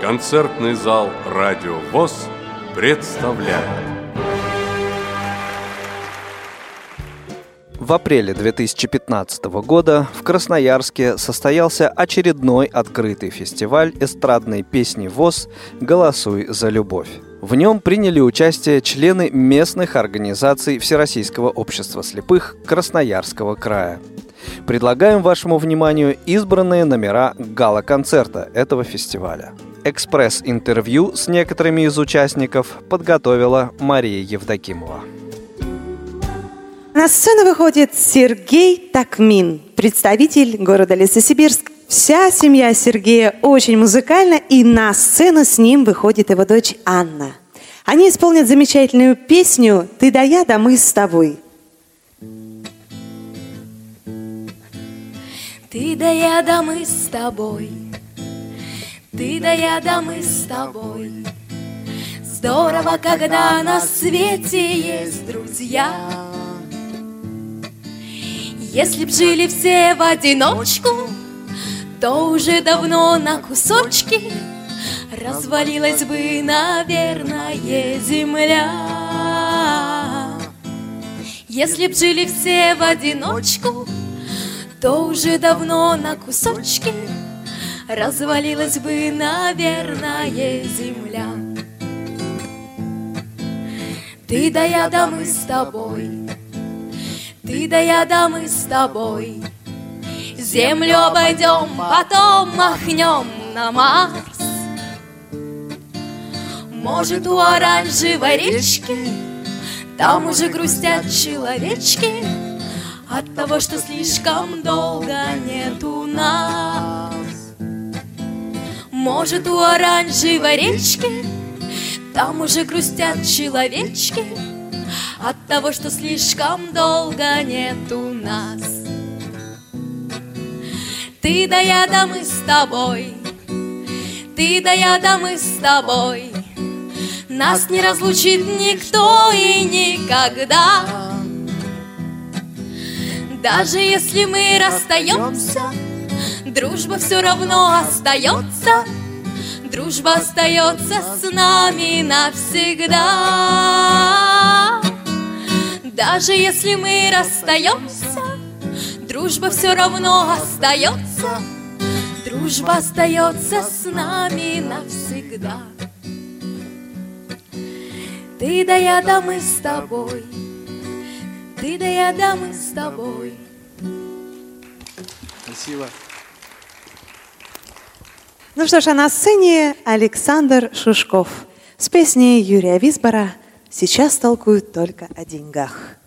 Концертный зал «Радио ВОС» представляет. В апреле 2015 года в Красноярске состоялся очередной открытый фестиваль эстрадной песни ВОС «Голосуй за любовь». В нем приняли участие члены местных организаций Всероссийского общества слепых Красноярского края. Предлагаем вашему вниманию избранные номера гала-концерта этого фестиваля. Экспресс-интервью с некоторыми из участников подготовила Мария Евдокимова. На сцену выходит Сергей Такмин, представитель города Лесосибирск. Вся семья Сергея очень музыкальна, и на сцену с ним выходит его дочь Анна. Они исполнят замечательную песню «Ты да я, да мы с тобой». Ты да я, да мы с тобой. Ты да я, да мы с тобой. Здорово, когда на свете есть друзья. Если б жили все в одиночку, то уже давно на кусочки развалилась бы, наверное, земля. Если б жили все в одиночку, то уже давно на кусочки развалилась бы, наверное, земля. Ты да я, да мы с тобой. Ты да я, да мы с тобой. Землю обойдем, потом махнем на Марс. Может, у оранжевой речки там уже грустят человечки от того, что слишком долго нету нас. Может, у оранжевой речки там уже грустят человечки от того, что слишком долго нету нас. Ты да я, да мы с тобой. Ты да я, да мы с тобой. Нас не разлучит никто и никогда. Даже если мы расстаемся, дружба все равно остается. Дружба остается с нами навсегда. Даже если мы расстаемся, дружба все равно остается. Дружба остается с нами навсегда. Ты да я, да мы с тобой. Ты да я, да мы с тобой. Спасибо. Ну что ж, а на сцене Александр Шушков с песней Юрия Висбора «Сейчас толкуют только о деньгах».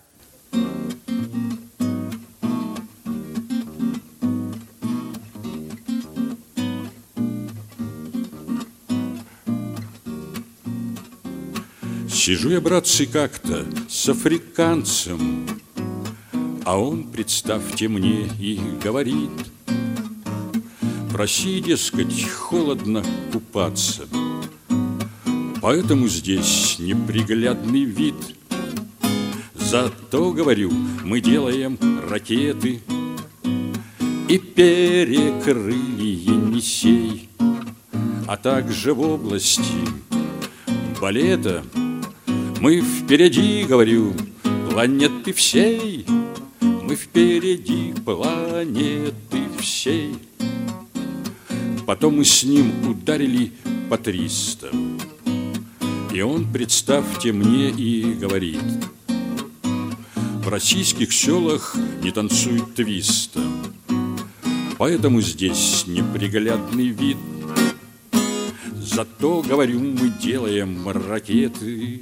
Сижу я, братцы, как-то с африканцем, а он, представьте мне, и говорит: проси, дескать, холодно купаться, поэтому здесь неприглядный вид. Зато, говорю, мы делаем ракеты и перекрыли Енисей, а также в области балета мы впереди, говорю, планеты всей. Мы впереди планеты всей. Потом мы с ним ударили по 300. И он, представьте мне, и говорит: в российских селах не танцуют твиста, поэтому здесь неприглядный вид. Зато, говорю, мы делаем ракеты.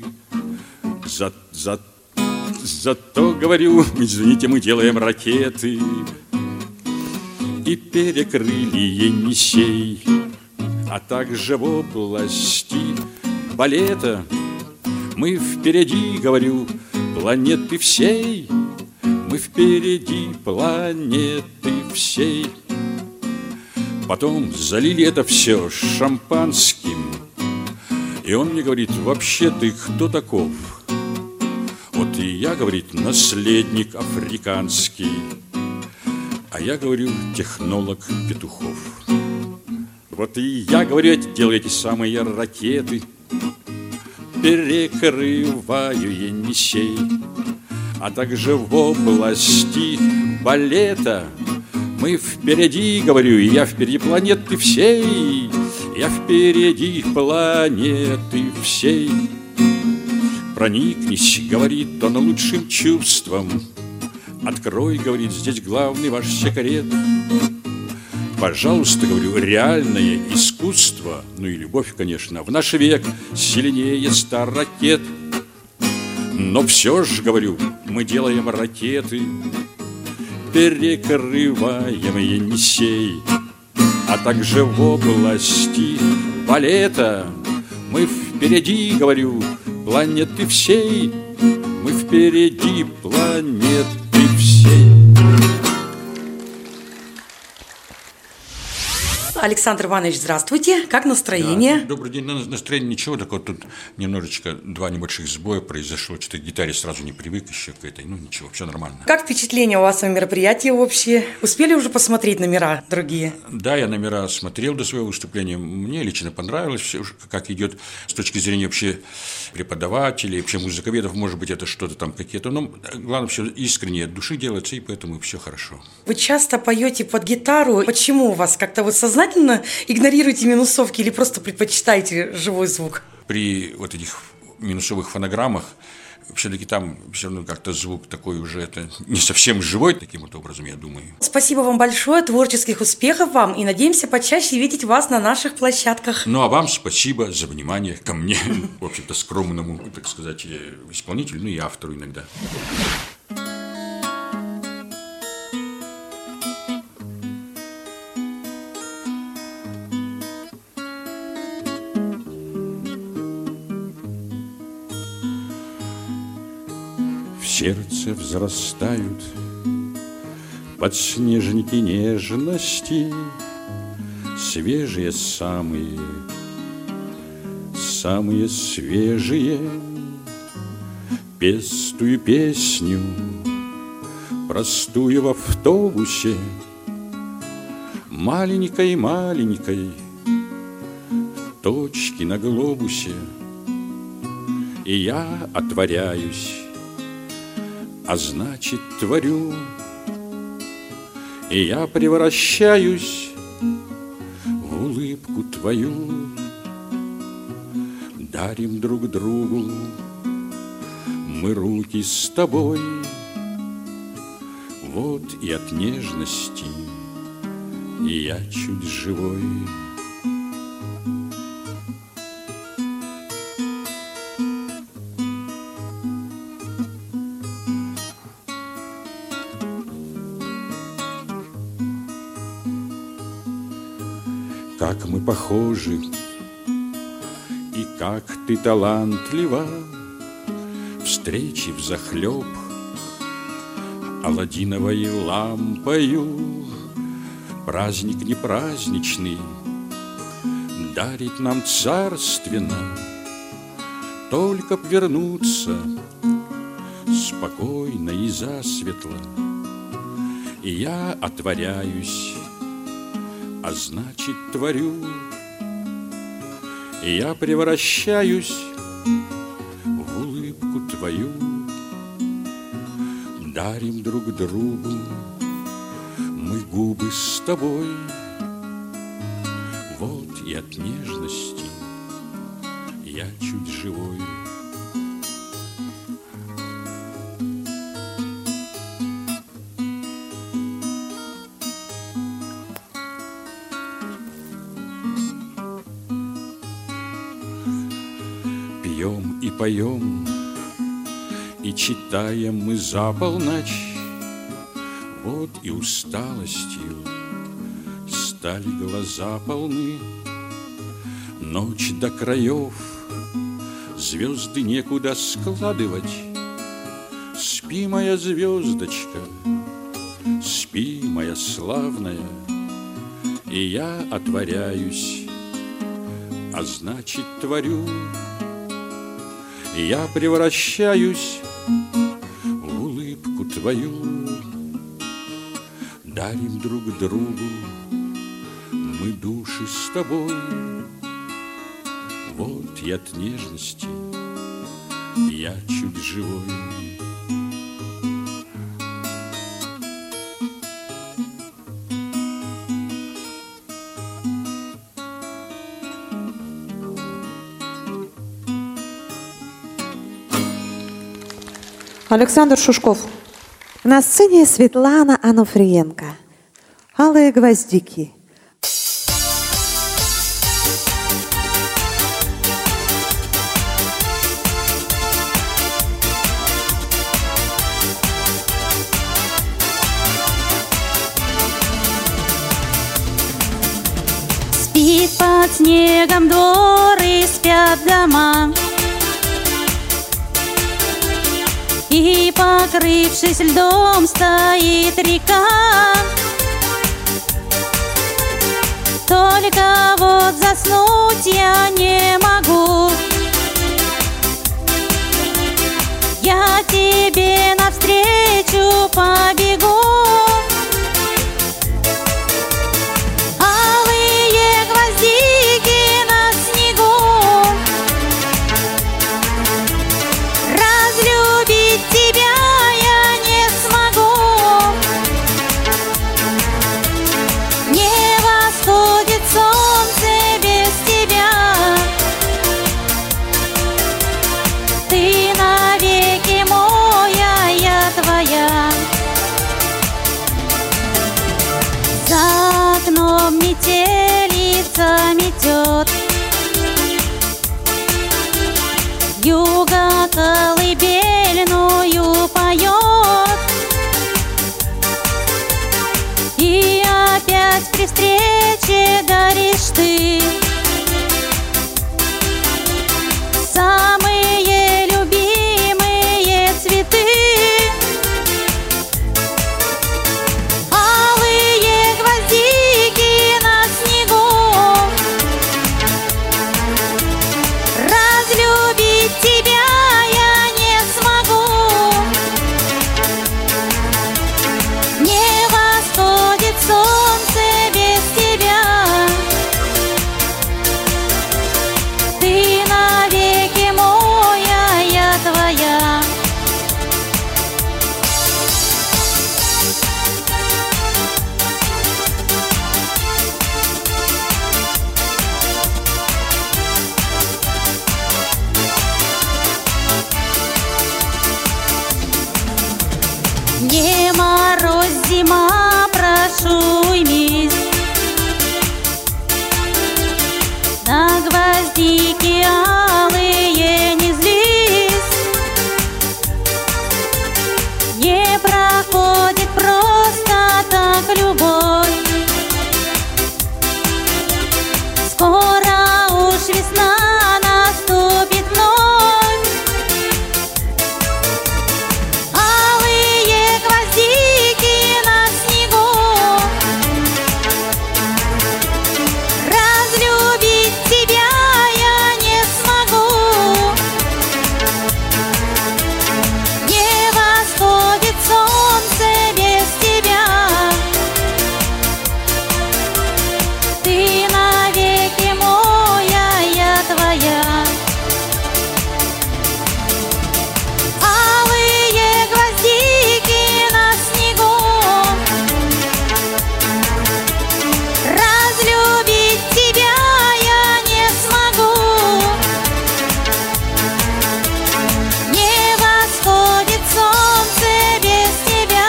Зато, говорю, извините, мы делаем ракеты и перекрыли Енисей, а также в области балета мы впереди, говорю, планеты всей. Мы впереди планеты всей. Потом залили это все шампанским, и он мне говорит: вообще ты кто таков? Вот и я, говорит, наследник африканский, а я говорю, технолог Петухов. Вот и я говорю, делаю эти самые ракеты, перекрываю Енисей, а также в области балета. Мы впереди, говорю, я впереди планеты всей, я впереди планеты всей. Проникнись, говорит он, лучшим чувством. Открой, говорит, здесь главный ваш секрет. Пожалуйста, говорю, реальное искусство, ну и любовь, конечно, в наш век сильнее 100 ракет. Но все же, говорю, мы делаем ракеты, перекрываем Енисей, а также в области балета. Мы впереди, говорю, планеты всей, мы впереди планеты всей. Александр Иванович, здравствуйте. Как настроение? Да, добрый день. Настроение ничего, так вот тут немножечко 2 небольших сбоя произошло. Что-то к гитаре сразу не привык еще к этой. Ну ничего, все нормально. Как впечатление у вас о мероприятии общее? Успели уже посмотреть номера другие? Да, я номера смотрел до своего выступления. Мне лично понравилось все, как идет с точки зрения вообще преподавателей, вообще музыковедов. Может быть, это что-то там какие-то. Но главное, все искренне от души делается, и поэтому все хорошо. Вы часто поете под гитару. Почему у вас как-то вы сознательно игнорируете минусовки или просто предпочитаете живой звук? При вот этих минусовых фонограммах все-таки там все равно как-то звук такой уже это не совсем живой, таким вот образом, я думаю. Спасибо вам большое, творческих успехов вам, и надеемся почаще видеть вас на наших площадках. Ну, а вам спасибо за внимание ко мне, в общем-то, скромному, так сказать, исполнителю, ну и автору иногда. В сердце взрастают подснежники нежности, свежие самые, самые свежие. Пестую песню простую в автобусе, маленькой-маленькой точки на глобусе. И я отворяюсь, а значит творю, и я превращаюсь в улыбку твою. Дарим друг другу мы руки с тобой, вот и от нежности и я чуть живой. Как мы похожи, и как ты талантлива, встречи взахлеб аладдиновой лампою. Праздник не праздничный дарит нам царственно, только б вернуться спокойно и засветло. И я отворяюсь, а значит творю, и я превращаюсь в улыбку твою. Дарим друг другу мы губы с тобой, вот и от нежности я чуть живой. Пьем и поем, и читаем мы за полночь, вот и усталостью стали глаза полны. Ночь до краев, звезды некуда складывать. Спи, моя звездочка, спи, моя славная, и я отворяюсь, а значит творю. И я превращаюсь в улыбку твою. Дарим друг другу мы душ души с тобой. Вот и от нежности я чуть живой. Александр Шушков. На сцене Светлана Ануфриенко. «Алые гвоздики». Спит под снегом двор и спят дома, и, покрывшись льдом, стоит река. Только вот заснуть я не могу. Я тебе навстречу побегу. Алые гвоздики на снегу. Разлюбить тебя я не смогу. Не восходит солнце без тебя. Ты навеки мой, а я твоя. За окном метелица метет, вьюга колыбельную поет. И опять при встрече горишь ты. Самые любимые цветы. Алые гвоздики на снегу. Разлюбить тебя я не смогу. Не восходит солнце без тебя. Ты навеки мой, а я твоя. Не мороз, зима, прошу уймись. На гвоздики алые не злись. Не проходит просто так любовь. Скоро уж весна наступит вновь. Алые гвоздики на снегу. Разлюбить тебя я не смогу. Не восходит солнце без тебя. Ты навеки мой, а я твоя. Алые гвоздики на снегу. Разлюбить тебя я не смогу. Не восходит солнце без тебя.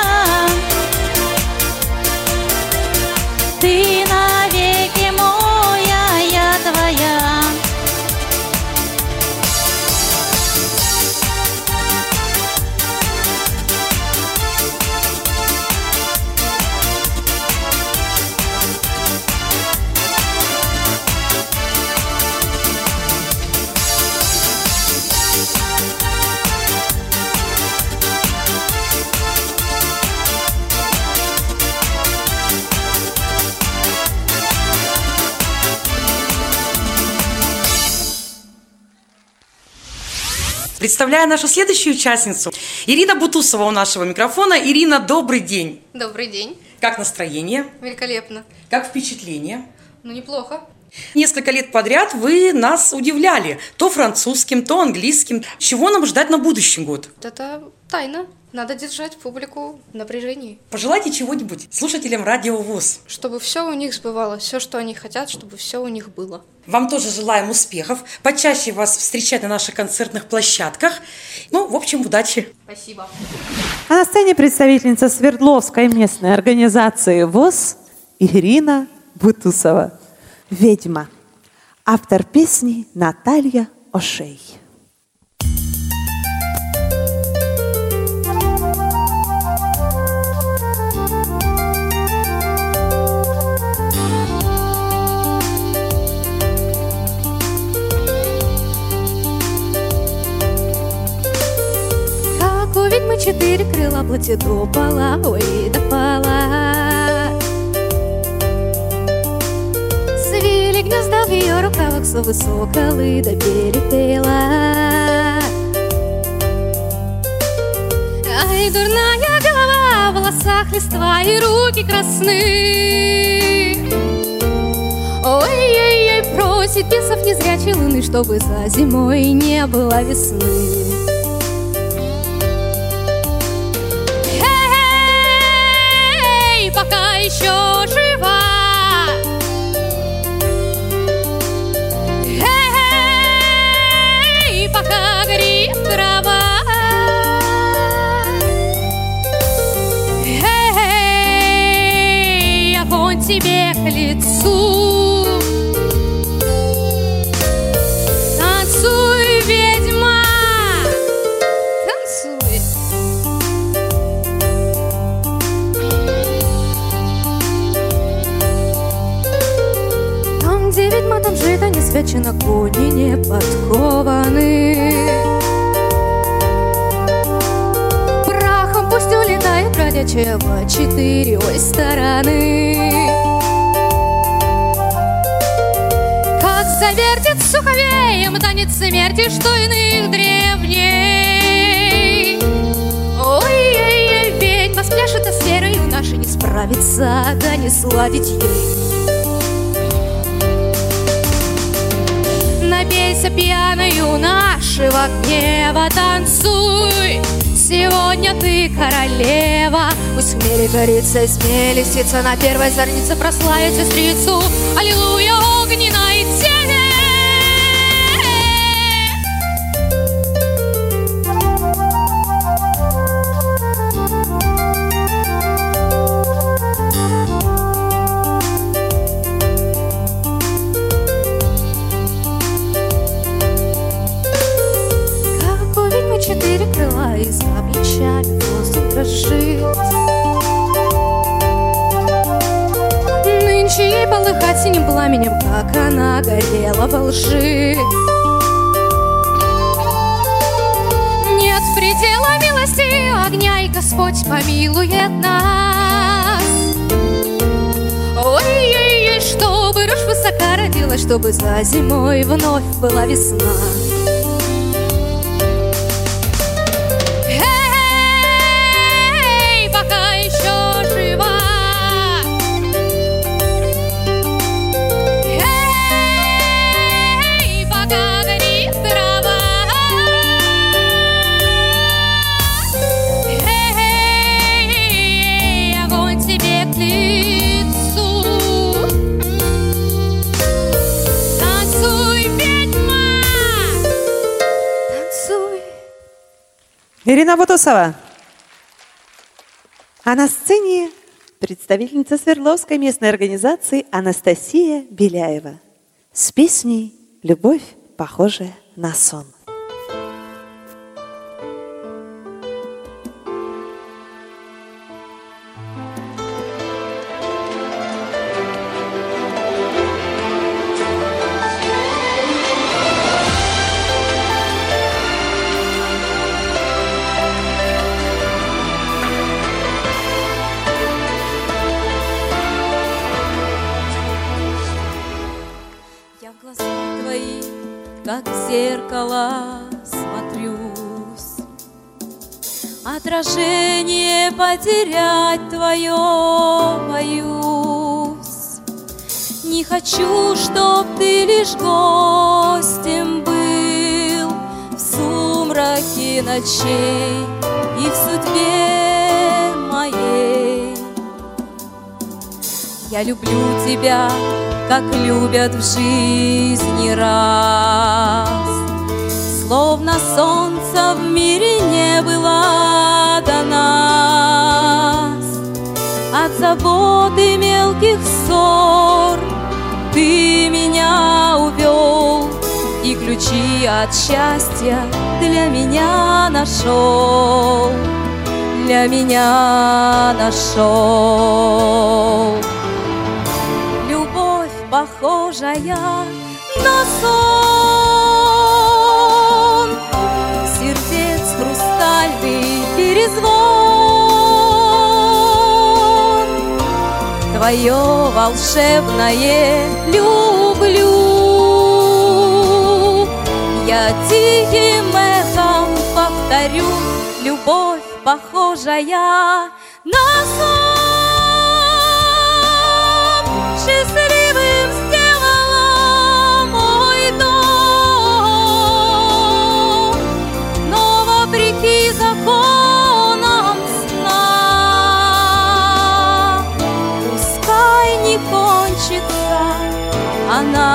Ты навеки мой, а я твоя. Представляю нашу следующую участницу. Ирина Бутусова у нашего микрофона. Ирина, добрый день. Добрый день. Как настроение? Великолепно. Как впечатление? Ну, неплохо. Несколько лет подряд вы нас удивляли. То французским, то английским. Чего нам ждать на будущий год? Это тайна. Надо держать публику в напряжении. Пожелайте чего-нибудь слушателям Радио ВОС. Чтобы все у них сбывалось, все, что они хотят, чтобы все у них было. Вам тоже желаем успехов. Почаще вас встречать на наших концертных площадках. Ну, в общем, удачи. Спасибо. А на сцене представительница Свердловской местной организации ВОС Ирина Бутусова. «Ведьма». Автор песни Наталья Ошей. Как у ведьмы 4 крыла, платье до пола, ой, до пола. Свили гнезда в ее рукавах, совы соколы да перепела. Ай, дурная голова, в волосах листва и руки красны. Ой-ой-ой, просит бесов незрячей луны, чтобы за зимой не было весны. Эй, пока еще жива. Эй, пока горит трава. Эй, огонь тебе к лицу. Танцуй, ведьма, танцуй. Там, где ведьма, там жито не свечено, кони не подкованы. Прахом пусть улетает бродячая во 4 стороны. Как завертит суховеем танец смерти, что иных древней. Ой-ой-ой, ведьма спляшет, а с верою нашей не справится, да не сладить ей. Напейся пьяною нашего гнева, танцуй. Сегодня ты королева. Пусть в мире горится и смелее лисица, на первой зорнице прославит сестрицу. Аллилуйя, огненной тени. Как у ведьмы 4 крыла, и за плечами воздух дрожит. Нынче ей полыхать синим пламенем, как она горела во лжи. Нет предела милости огня, и Господь помилует нас. Ой-ой-ой, чтобы рожь высока родилась, чтобы за зимой вновь была весна. Эй, пока еще жива. Эй, пока горит трава. Эй, огонь тебе к лицу. Танцуй, ведьма, танцуй. Ирина Бутусова. А на сцене представительница Свердловской местной организации Анастасия Беляева с песней «Любовь, похожая на сон». Я в глаза твои, как в зеркало, смотрюсь. Отражение потерять твое боюсь. Не хочу, чтоб ты лишь гостем был в сумраке ночей и в судьбе моей. Я люблю тебя, как любят в жизни раз, словно солнца в мире не было до нас. От забот и мелких ссор ты меня увел, и ключи от счастья для меня нашел, для меня нашел. Любовь, похожая на сон, сердец хрустальный перезвон, твое волшебное люблю. Я тихим эхом повторю, любовь, похожая на сон, счастливым сделала мой дом, но вопреки законам сна пускай не кончится она.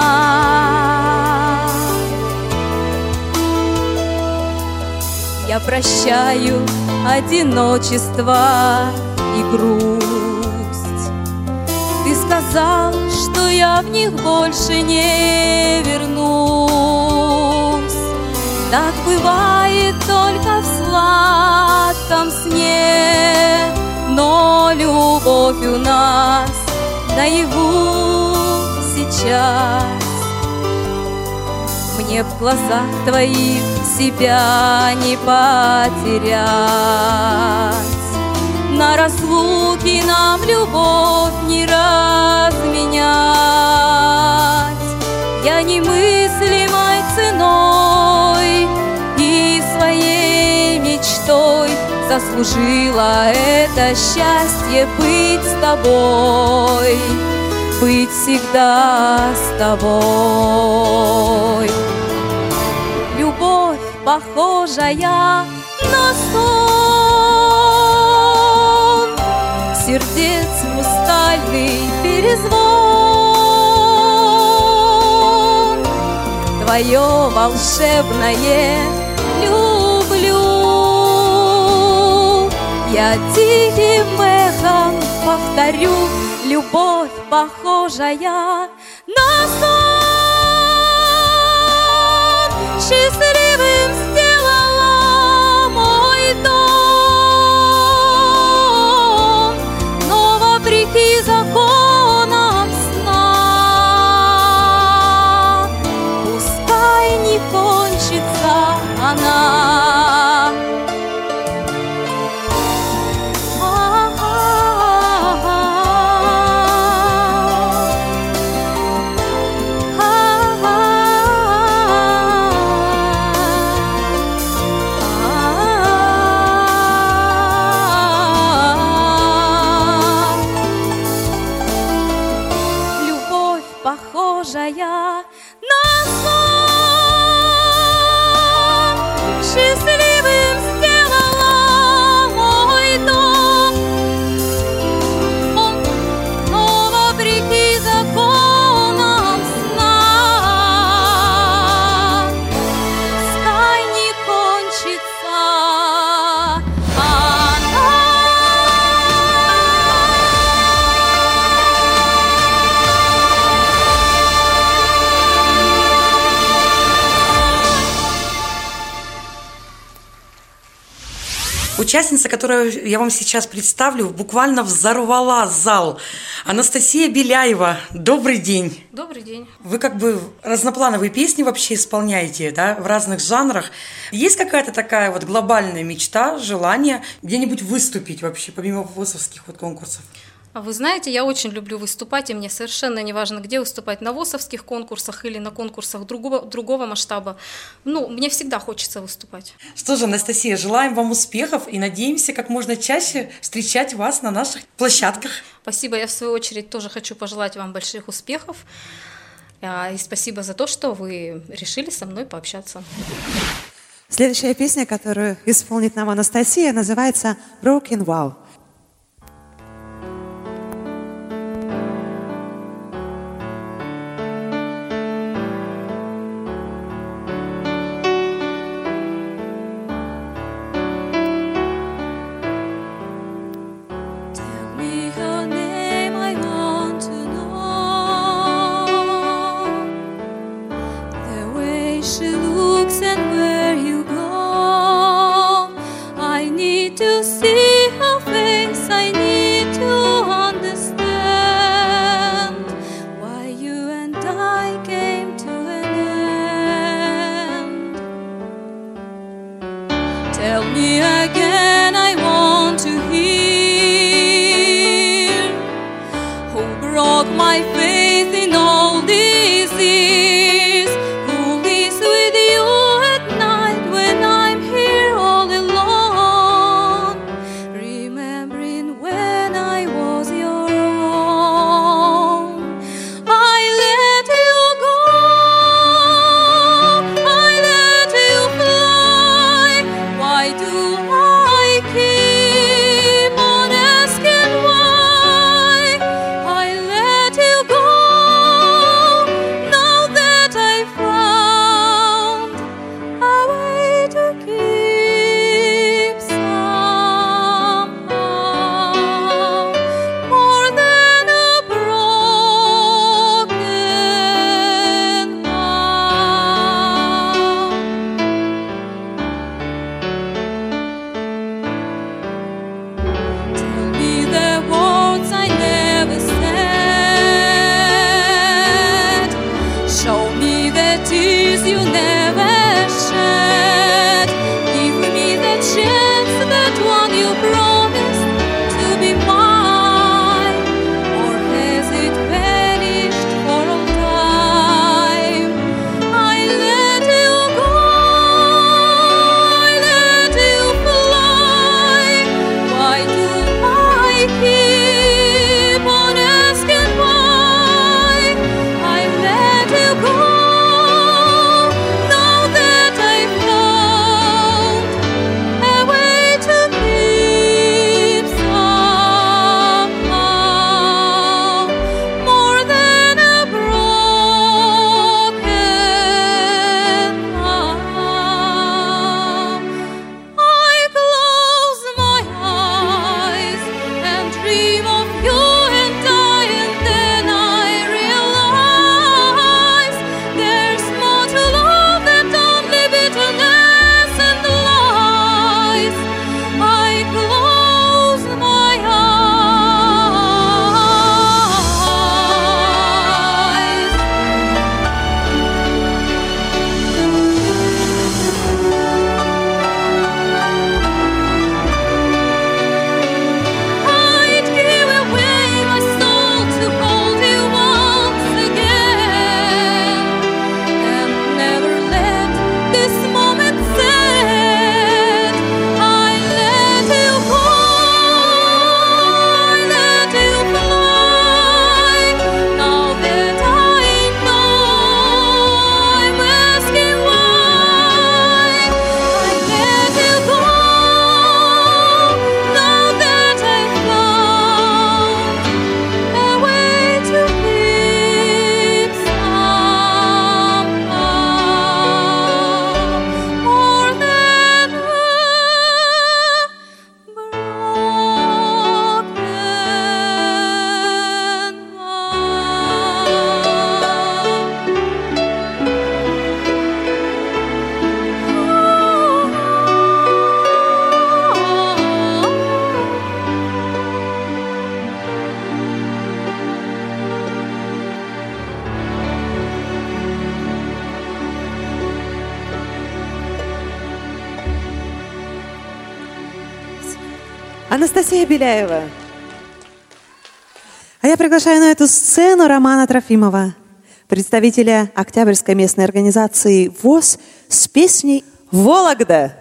Я прощаю одиночество и грусть. Ты сказал, что я в них больше не вернусь. Так бывает только в сладком сне, но любовь у нас наяву сейчас. Мне в глазах твоих себя не потерять, на разлуке нам любовь не разменять. Я немыслимой ценой и своей мечтой заслужила это счастье быть с тобой, быть всегда с тобой. Любовь, похожая на сон, сердец хрустальный перезвон, твое волшебное люблю. Я тихим эхом повторю, любовь, похожая на сон, счастливым сделала мой дом, но вопреки законам сна пускай не кончится она. Похожая на сон, счастливым сделала мой дом, но вопреки законам сна пускай не кончится она. Участница, которую я вам сейчас представлю, буквально взорвала зал. Анастасия Беляева, добрый день. Добрый день. Вы как бы разноплановые песни вообще исполняете, да, в разных жанрах. Есть какая-то такая вот глобальная мечта, желание где-нибудь выступить вообще, помимо ВОСовских вот конкурсов? Вы знаете, я очень люблю выступать, и мне совершенно не важно, где выступать, на ВОСовских конкурсах или на конкурсах другого масштаба. Мне всегда хочется выступать. Что же, Анастасия, желаем вам успехов и надеемся как можно чаще встречать вас на наших площадках. Спасибо. Я, в свою очередь, тоже хочу пожелать вам больших успехов. И спасибо за то, что вы решили со мной пообщаться. Следующая песня, которую исполнит нам Анастасия, называется «Broken Wow». Tell me again, I want to hear who broke my faith in all these years, who lives with you at night when I'm here all alone, remembering when I was your own. I let you go, I let you fly. Why do I keep on asking why? I let you go, now that I found a way to keep somehow more than a broken vow. Tell me the words I never said. Show me the tears you never shed. Give me the chance, that one you promised to be mine. Or has it vanished for all time? I let you go, I let you fly. Why do I keep on asking why? I let you go, now that I found a way to keep somehow more than a broken vow. I close my eyes and dream of you and then I realize there's more to love than only bitterness and lies. I close my eyes. I'd give away my soul to hold you once again, and never let this moment set. I let you go, I let you fly. Now that I know, I'm asking why. I let you go, now that I found a way to keep somehow more than a Анастасия Беляева. А я приглашаю на эту сцену Романа Трофимова, представителя Октябрьской местной организации ВОС, с песней «Вологда».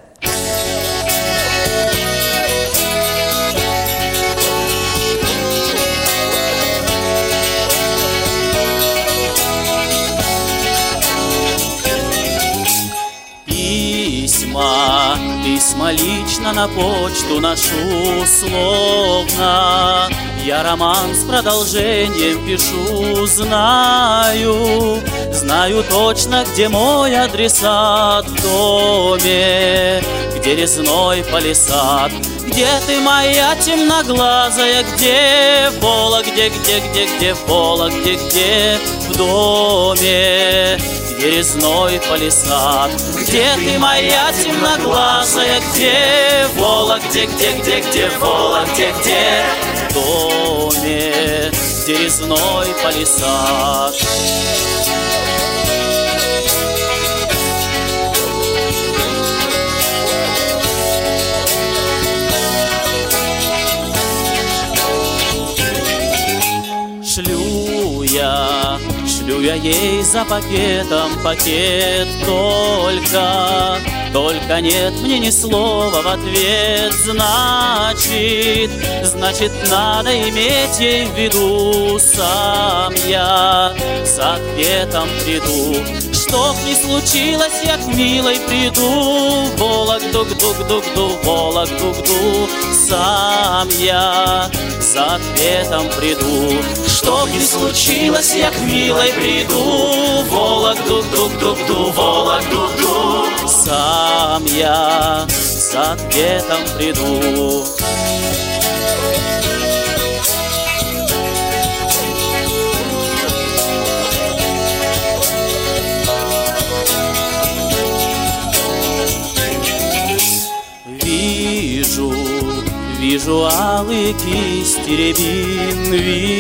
Письма лично на почту ношу словно. Я роман с продолжением пишу, знаю точно, где мой адресат. В доме, где резной палисад. Где ты, моя темноглазая, где в Вологде, где в Вологде, где в доме, где резной палисад. Где ты, моя темноглазая, где в Вологде, где в Вологде, где в доме, где резной палисад. Шлю я ей за пакетом пакет, только нет мне ни слова в ответ. Значит, надо иметь ей в виду, сам я с ответом приду. Чтоб не случилось, я к милой приду, Вологду, Вологду, сам я с ответом приду. Чтоб не случилось, я к милой приду, Вологду, Вологду, сам я с ответом приду. Вижу алые кисти рябин,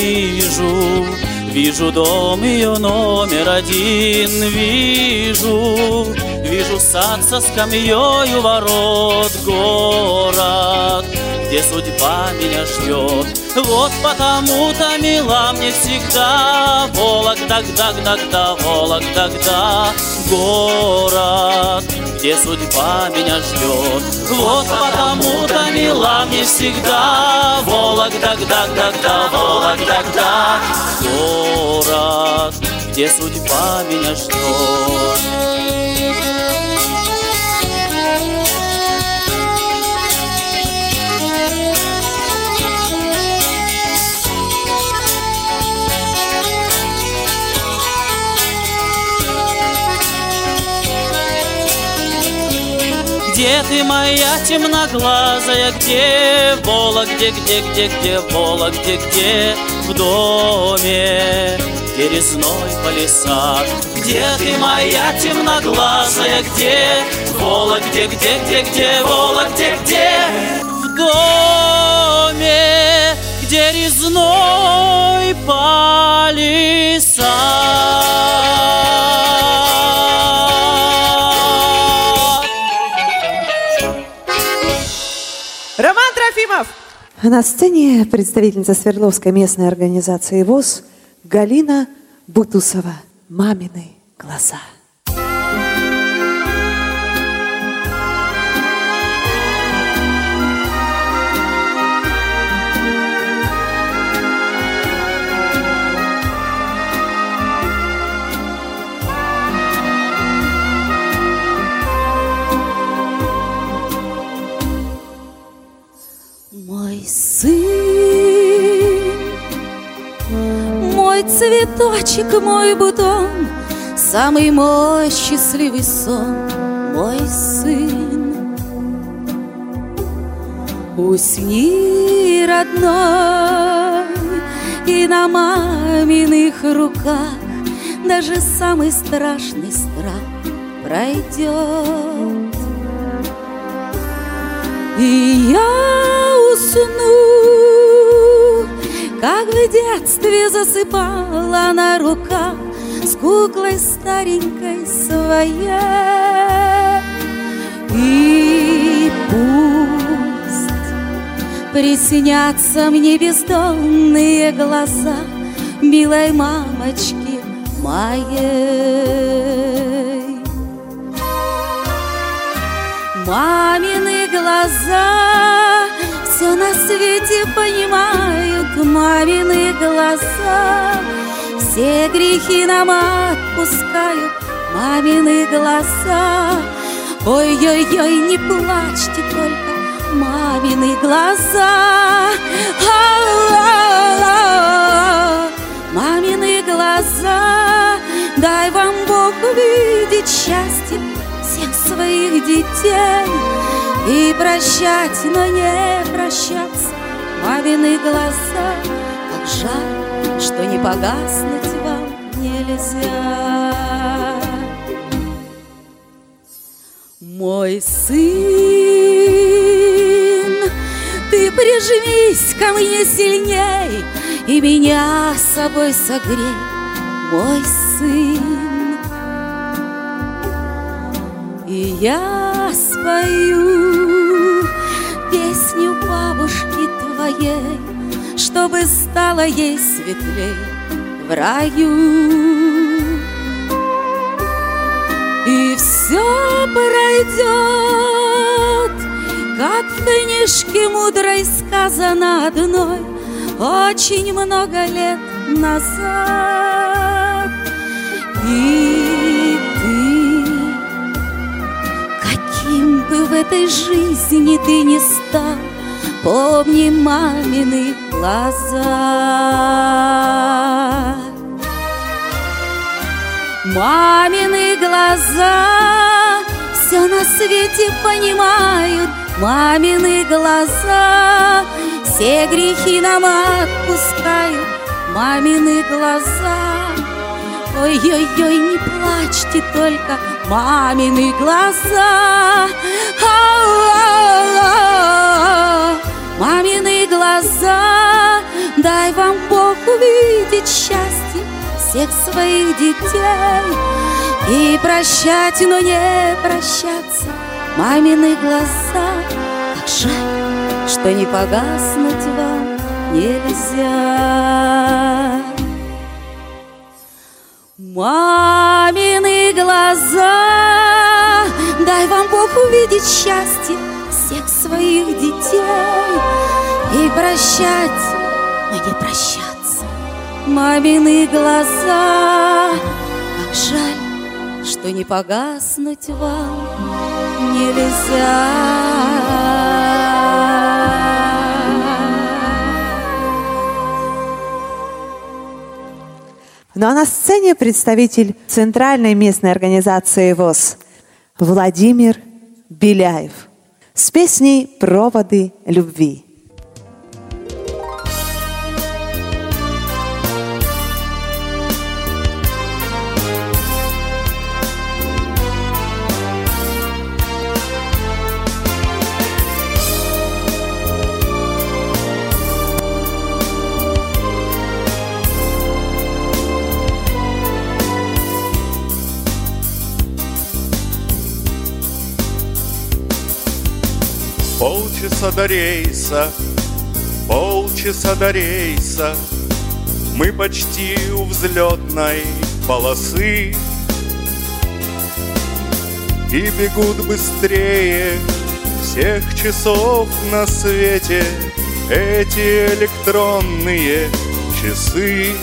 вижу дом ее номер один, вижу сад со скамьей у ворот, город, где судьба меня ждет. Вот потому-то мила мне всегда Вологда, Вологда, город, где судьба меня ждет. Вот потому-то мила мне всегда Вологда, Вологда, город, где судьба меня ждет. Где ты, моя темноглазая, где в Вологде, где в Вологде, где в доме, где резной палисад. Где ты, моя темноглазая, где в Вологде, где в Вологде, где в доме, где резной палисад. Роман Трофимов! А на сцене представительница Свердловской местной организации ВОС Галина Бутусова. «Мамины глаза». Мой сын, мой цветочек, мой бутон, самый мой счастливый сон, мой сын. Усни, родной, и на маминых руках даже самый страшный страх пройдет. И я усну, как в детстве засыпала на руках с куклой старенькой своей. И пусть приснятся мне бездонные глаза милой мамочки моей. Мамины глаза все на свете понимают, мамины глаза все грехи нам отпускают, мамины глаза. Ой-ой-ой, не плачьте только, мамины глаза. Мамины глаза, дай вам Бог увидеть счастье всех своих детей и прощать, но не прощаться. Мамины глаза, как жаль, что не погаснуть вам нельзя. Мой сын, ты прижмись ко мне сильней и меня с собой согрей, мой сын. И я спою песню бабушки твоей, чтобы стало ей светлей в раю. И все пройдет, как в книжке мудрой сказано одной очень много лет назад. И ты, каким бы в этой жизни ты ни стал, помни мамины глаза. Мамины глаза все на свете понимают, мамины глаза все грехи нам отпускают, мамины глаза. Ой-ой-ой, не плачьте только, мамины глаза. Мамины глаза, дай вам Бог увидеть счастье всех своих детей и прощать, но не прощаться. Мамины глаза, как жаль, что не погаснуть вам нельзя. Мамины глаза, дай вам Бог увидеть счастье всех своих детей и прощать, но не прощаться. Мамины глаза, как жаль, что не погаснуть вам нельзя. Ну а на сцене представитель Центральной местной организации ВОС Владимир Беляев с песней «Проводы любви». Полчаса до рейса, полчаса до рейса, мы почти у взлетной полосы. И бегут быстрее всех часов на свете эти электронные часы.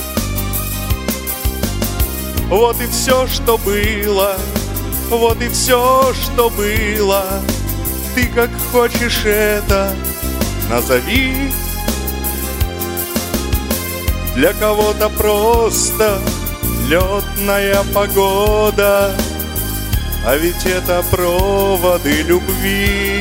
Вот и все, что было, вот и все, что было. Ты как хочешь это назови. Для кого-то просто летная погода, а ведь это проводы любви.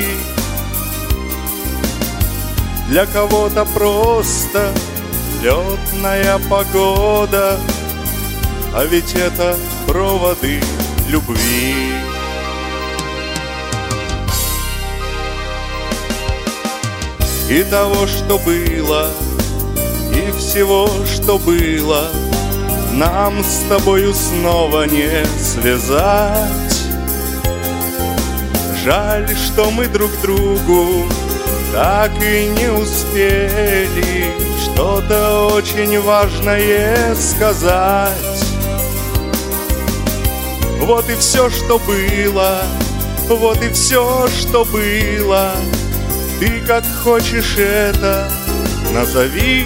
Для кого-то просто летная погода, а ведь это проводы любви. И того, что было, и всего, что было, нам с тобою снова не связать. Жаль, что мы друг другу так и не успели что-то очень важное сказать. Вот и все, что было, вот и все, что было. Ты как хочешь это назови.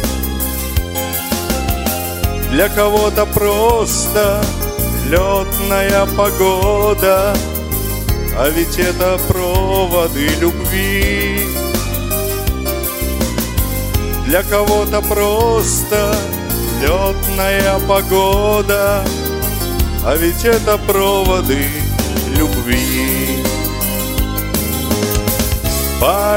Для кого-то просто летная погода, а ведь это проводы любви. Для кого-то просто летная погода, а ведь это проводы любви. По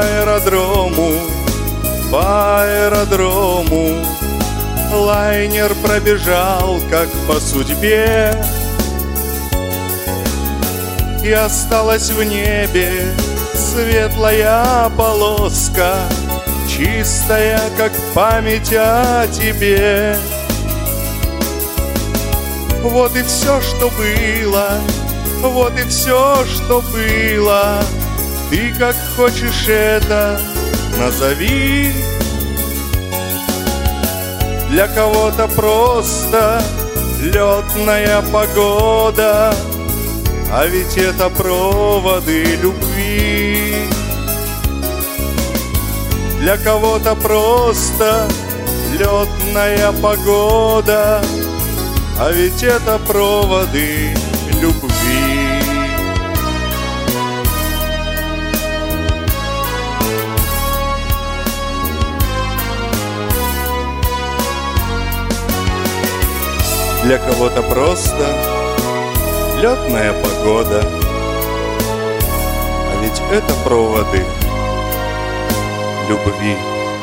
аэродрому лайнер пробежал, как по судьбе, и осталась в небе светлая полоска, чистая, как память о тебе. Вот и все, что было, вот и все, что было. Ты как хочешь это назови. Для кого-то просто летная погода, а ведь это проводы любви. Для кого-то просто летная погода, а ведь это проводы любви. Для кого-то просто летная погода, а ведь это проводы любви.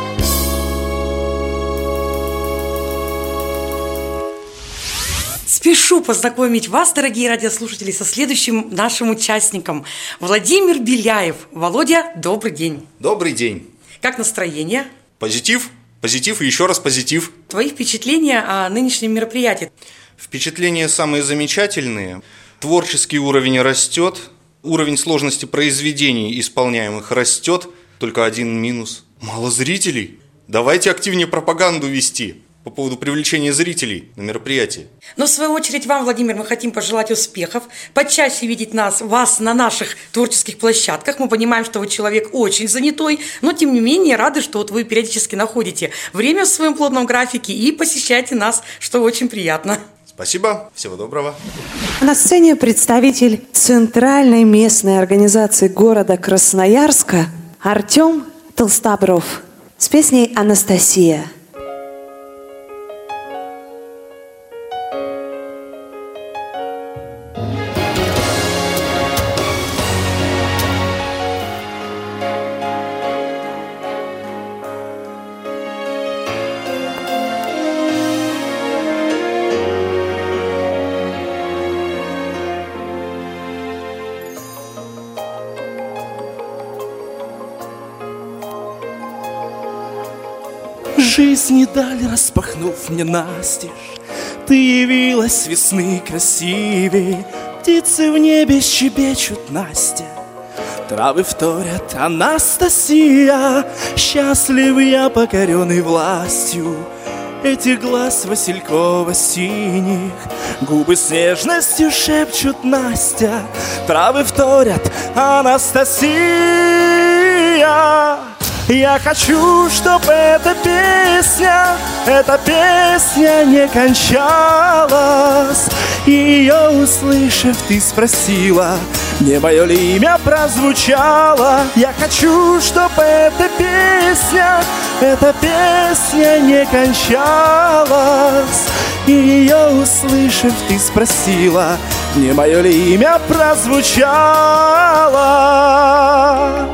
Спешу познакомить вас, дорогие радиослушатели, со следующим нашим участником. Владимир Беляев. Володя, добрый день. Добрый день. Как настроение? Позитив, позитив и еще раз позитив. Твои впечатления о нынешнем мероприятии? Впечатления самые замечательные. Творческий уровень растет, уровень сложности произведений исполняемых растет. Только один минус. Мало зрителей. Давайте активнее пропаганду вести по поводу привлечения зрителей на мероприятие. Но в свою очередь вам, Владимир, мы хотим пожелать успехов, почаще видеть вас на наших творческих площадках. Мы понимаем, что вы человек очень занятой, но тем не менее рады, что вы периодически находите время в своем плотном графике и посещаете нас, что очень приятно. Спасибо, всего доброго. На сцене представитель Центральной местной организации города Красноярска Артем Толстобров с песней «Анастасия». Жизни даль распахнув мне настежь, ты явилась весны красивей. Птицы в небе щебечут, Настя, травы вторят, Анастасия. Счастлив я, покоренный властью этих глаз василькова-синих. Губы с нежностью шепчут, Настя, травы вторят, Анастасия. Я хочу, чтобы эта песня не кончалась. И ее услышав, ты спросила, не мое ли имя прозвучало. Я хочу, чтобы эта песня не кончалась. И ее услышав, ты спросила, не мое ли имя прозвучало.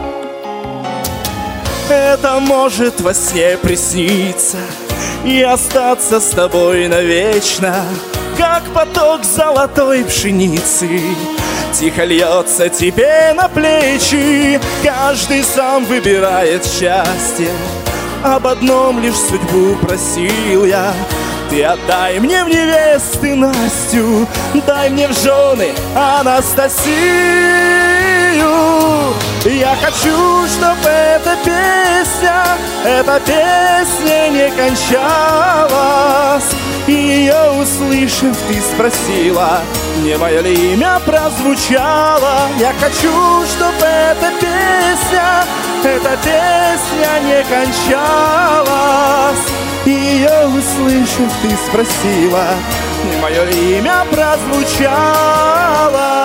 Это может во сне присниться и остаться с тобой навечно, как поток золотой пшеницы тихо льется тебе на плечи. Каждый сам выбирает счастье, об одном лишь судьбу просил я. Ты отдай мне в невесты Настю, дай мне в жены Анастасию. пою. Я хочу, чтобы эта песня не кончалась. И ее услышав, ты спросила, не мое ли имя прозвучало. Я хочу, чтобы эта песня не кончалась. И ее услышав, ты спросила, не мое ли имя прозвучало.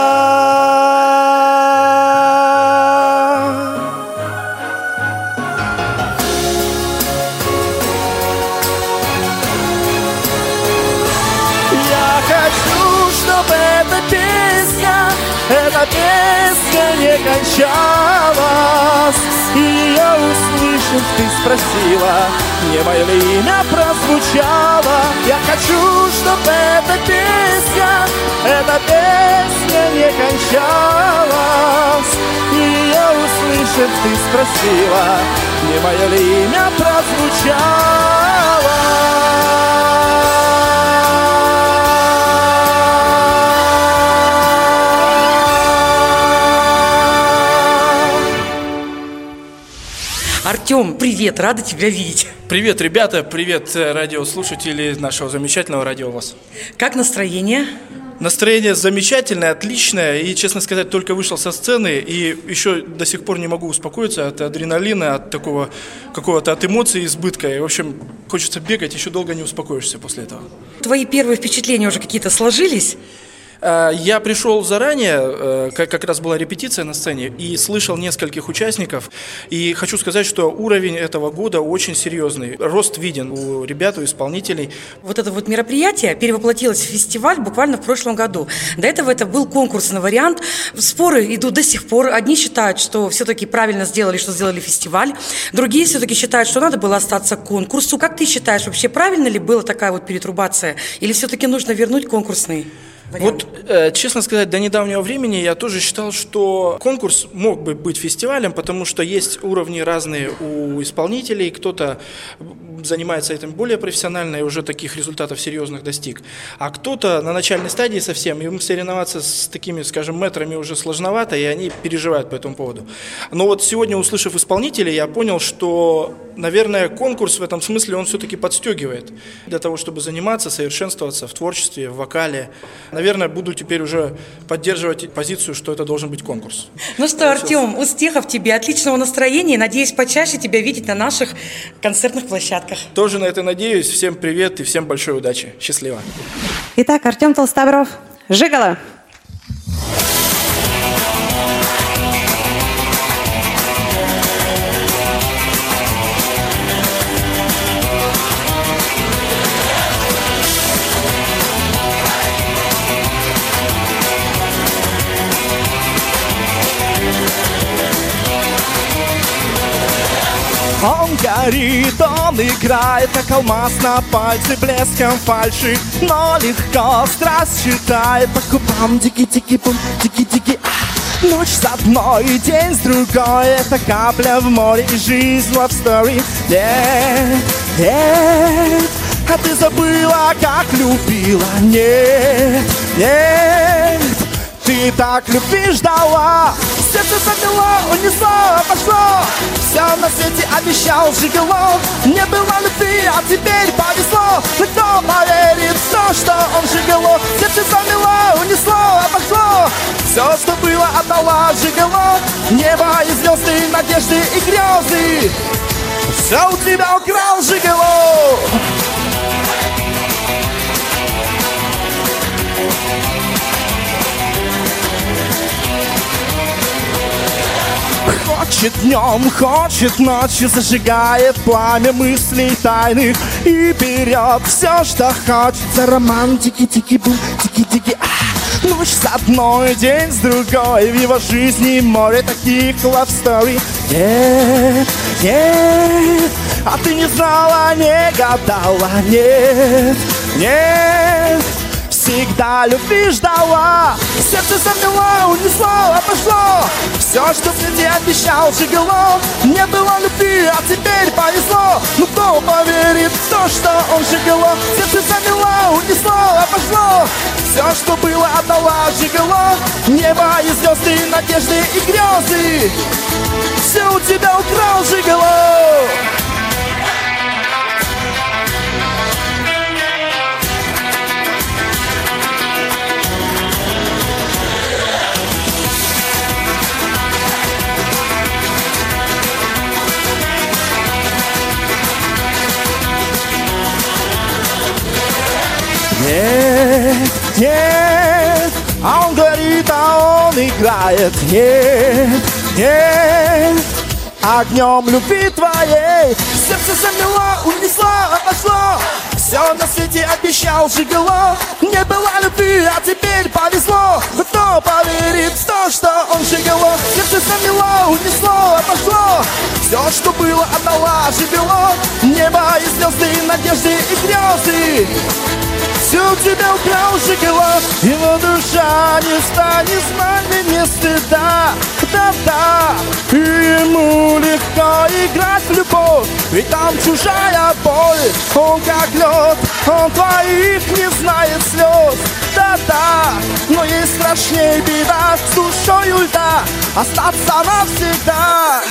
Эта песня не кончалась. И ее услышав, ты спросила, не мое ли имя прозвучало. Я хочу, чтобы эта песня не кончалась. И ее услышав, ты спросила, не мое ли имя прозвучало. Артем, привет, рада тебя видеть. Привет, ребята, привет, радиослушатели нашего замечательного радио ВОС. Как настроение? Настроение замечательное, отличное. И, честно сказать, только вышел со сцены и еще до сих пор не могу успокоиться от адреналина, от такого какого-то, от эмоций избытка. И, в общем, хочется бегать, еще долго не успокоишься после этого. Твои первые впечатления уже какие-то сложились? Я пришел заранее, как раз была репетиция на сцене, и слышал нескольких участников. И хочу сказать, что уровень этого года очень серьезный. Рост виден у ребят, у исполнителей. Вот это вот мероприятие перевоплотилось в фестиваль буквально в прошлом году. До этого это был конкурсный вариант. Споры идут до сих пор. Одни считают, что все-таки правильно сделали, что сделали фестиваль. Другие все-таки считают, что надо было остаться к конкурсу. Как ты считаешь, вообще правильно ли была такая вот перетрубация? Или все-таки нужно вернуть конкурсный вариант? Вот, честно сказать, до недавнего времени я тоже считал, что конкурс мог бы быть фестивалем, потому что есть уровни разные у исполнителей, кто-то занимается этим более профессионально и уже таких результатов серьезных достиг, а кто-то на начальной стадии совсем, им соревноваться с такими, скажем, мэтрами уже сложновато, и они переживают по этому поводу. Но вот сегодня, услышав исполнителей, я понял, что, наверное, конкурс в этом смысле, он все-таки подстегивает для того, чтобы заниматься, совершенствоваться в творчестве, в вокале. Наверное, буду теперь уже поддерживать позицию, что это должен быть конкурс. Ну что, Артем, успехов тебе, отличного настроения. Надеюсь, почаще тебя видеть на наших концертных площадках. Тоже на это надеюсь. Всем привет и всем большой удачи. Счастливо. Итак, Артем Толстобров, «Жигало». Он горит, он играет, как алмаз на пальце, блеском фальши, но легко страсть считает по губам. Дики-дики-бум, дики-дики, ночь с одной, день с другой, это капля в море и жизнь love story. Нет, нет, а ты забыла, как любила. Нет, нет, ты так любви ждала. Сердце замело, унесло, пошло. Все на свете обещал жигало. Не было любви, а теперь повезло. Но кто поверит в то, что он жигало? Сердце замело, унесло, пошло. Все, что было, отдала жигало. Небо и звезды, надежды и грезы. Все у тебя украл жигало. Хочет днем, хочет ночью, зажигает пламя мыслей тайных и берет все, что хочется. Роман, тики-тики-бум, тики-тики, ночь с одной, день с другой. В его жизни море таких love story. Нет, нет, а ты не знала, не гадала. Нет, нет, всегда любви ждала. Сердце замело, унесло, пошло. Все, что в свете обещал жигало. Не было любви, а теперь повезло. Ну кто поверит в то, что он жигало? Сердце замело, унесло, пошло. Все, что было, отдала Жигало. Небо и звезды, надежды и грезы. Все у тебя украл Жигало. Нет, нет, а он говорит, а он играет. Нет, нет, огнем любви твоей сердце замело, унесло, обошло. Все на свете обещал Жигало. Не было любви, а теперь повезло. Кто поверит в то, что он Жигало? Сердце замело, унесло, обошло. Все, что было, отдала Жигало. Небо и звезды, надежды и грезы. Все у тебя украл Жигало. Его душа не станет знать ни стыда. Да-да, и ему легко играть в любовь, ведь там чужая боль. Он как лед, он твоих не знает слез. Да-да, но есть страшней беда с душой у льда остаться навсегда.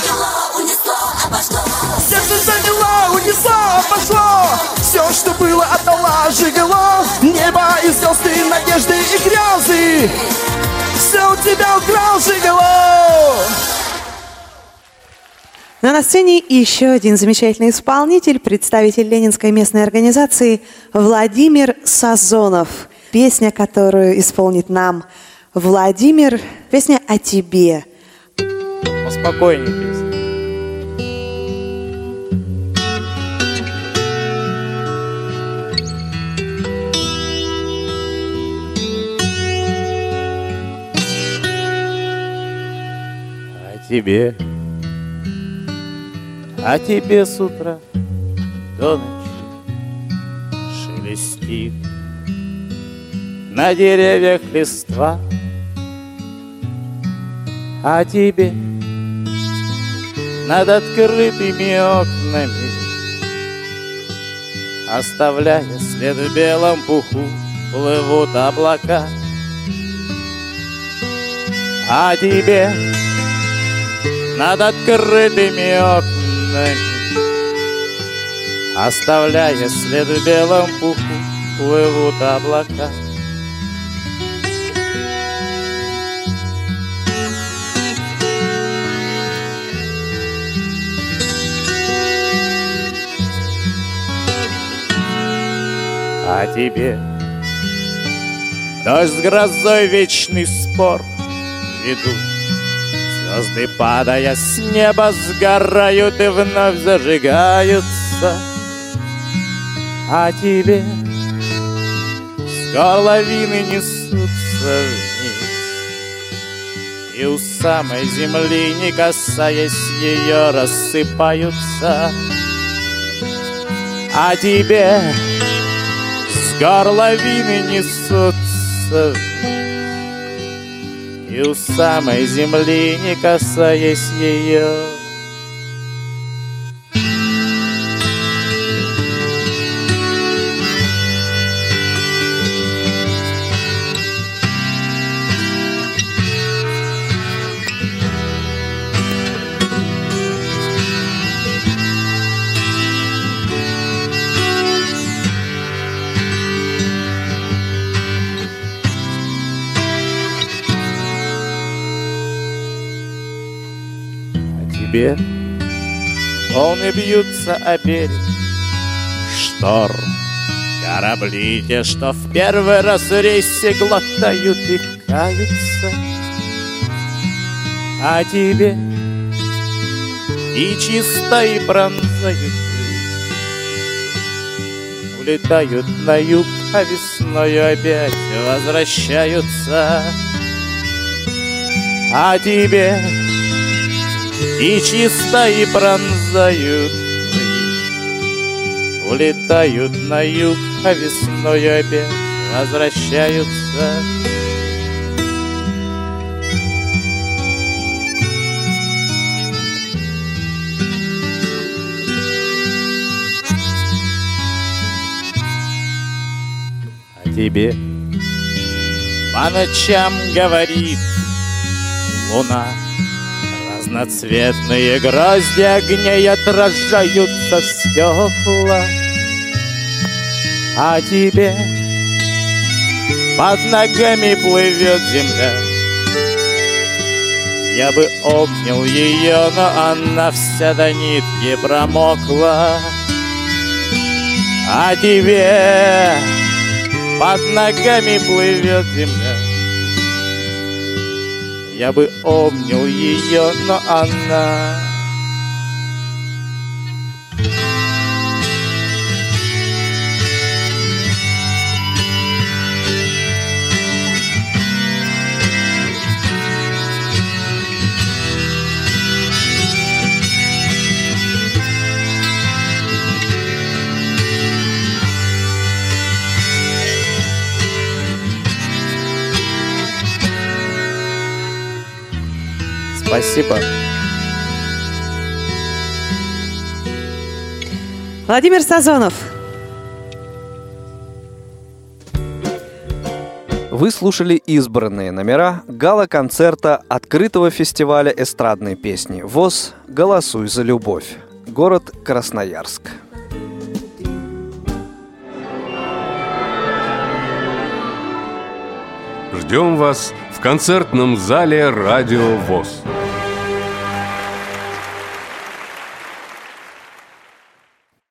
Сердце заняло, унесло, пошло. Все, что было, отдала Жигало. Небо и звезды, надежды и грезы. Все у тебя украл Жигало. Но на сцене еще один замечательный исполнитель, представитель Ленинской местной организации Владимир Сазонов. Песня, которую исполнит нам Владимир, песня о тебе. Поспокойнее песня. О тебе с утра до ночи шелестит на деревьях листва. О тебе над открытыми окнами, оставляя след в белом пуху, плывут облака. О тебе над открытыми окнами, оставляя след в белом пуху, плывут облака. О тебе дождь с грозой вечный спор ведут. Звезды, падая с неба, сгорают и вновь зажигаются. А тебе с горловины несутся вниз, и у самой земли, не касаясь ее, рассыпаются. А тебе с горловины несутся вниз, и у самой земли, не касаясь ее. Тебе волны бьются о берег, шторм, корабли те, что в первый раз в рейсе глотают и каются. А тебе и чисто и пронзают жизнь, улетают на юг, а весною опять возвращаются. А тебе и чисто и пронзают жизнь, улетают на юг, а весною опять возвращаются. А тебе по ночам говорит луна. Разноцветные грозди огней отражаются в стекла. А тебе под ногами плывет земля. Я бы обнял ее, но она вся до нитки промокла. А тебе под ногами плывет земля. Я бы обнял ее, но она... Спасибо. Владимир Сазонов. Вы слушали избранные номера гала-концерта открытого фестиваля эстрадной песни ВОС «Голосуй за любовь». Город Красноярск. Ждем вас в концертном зале «Радио ВОС».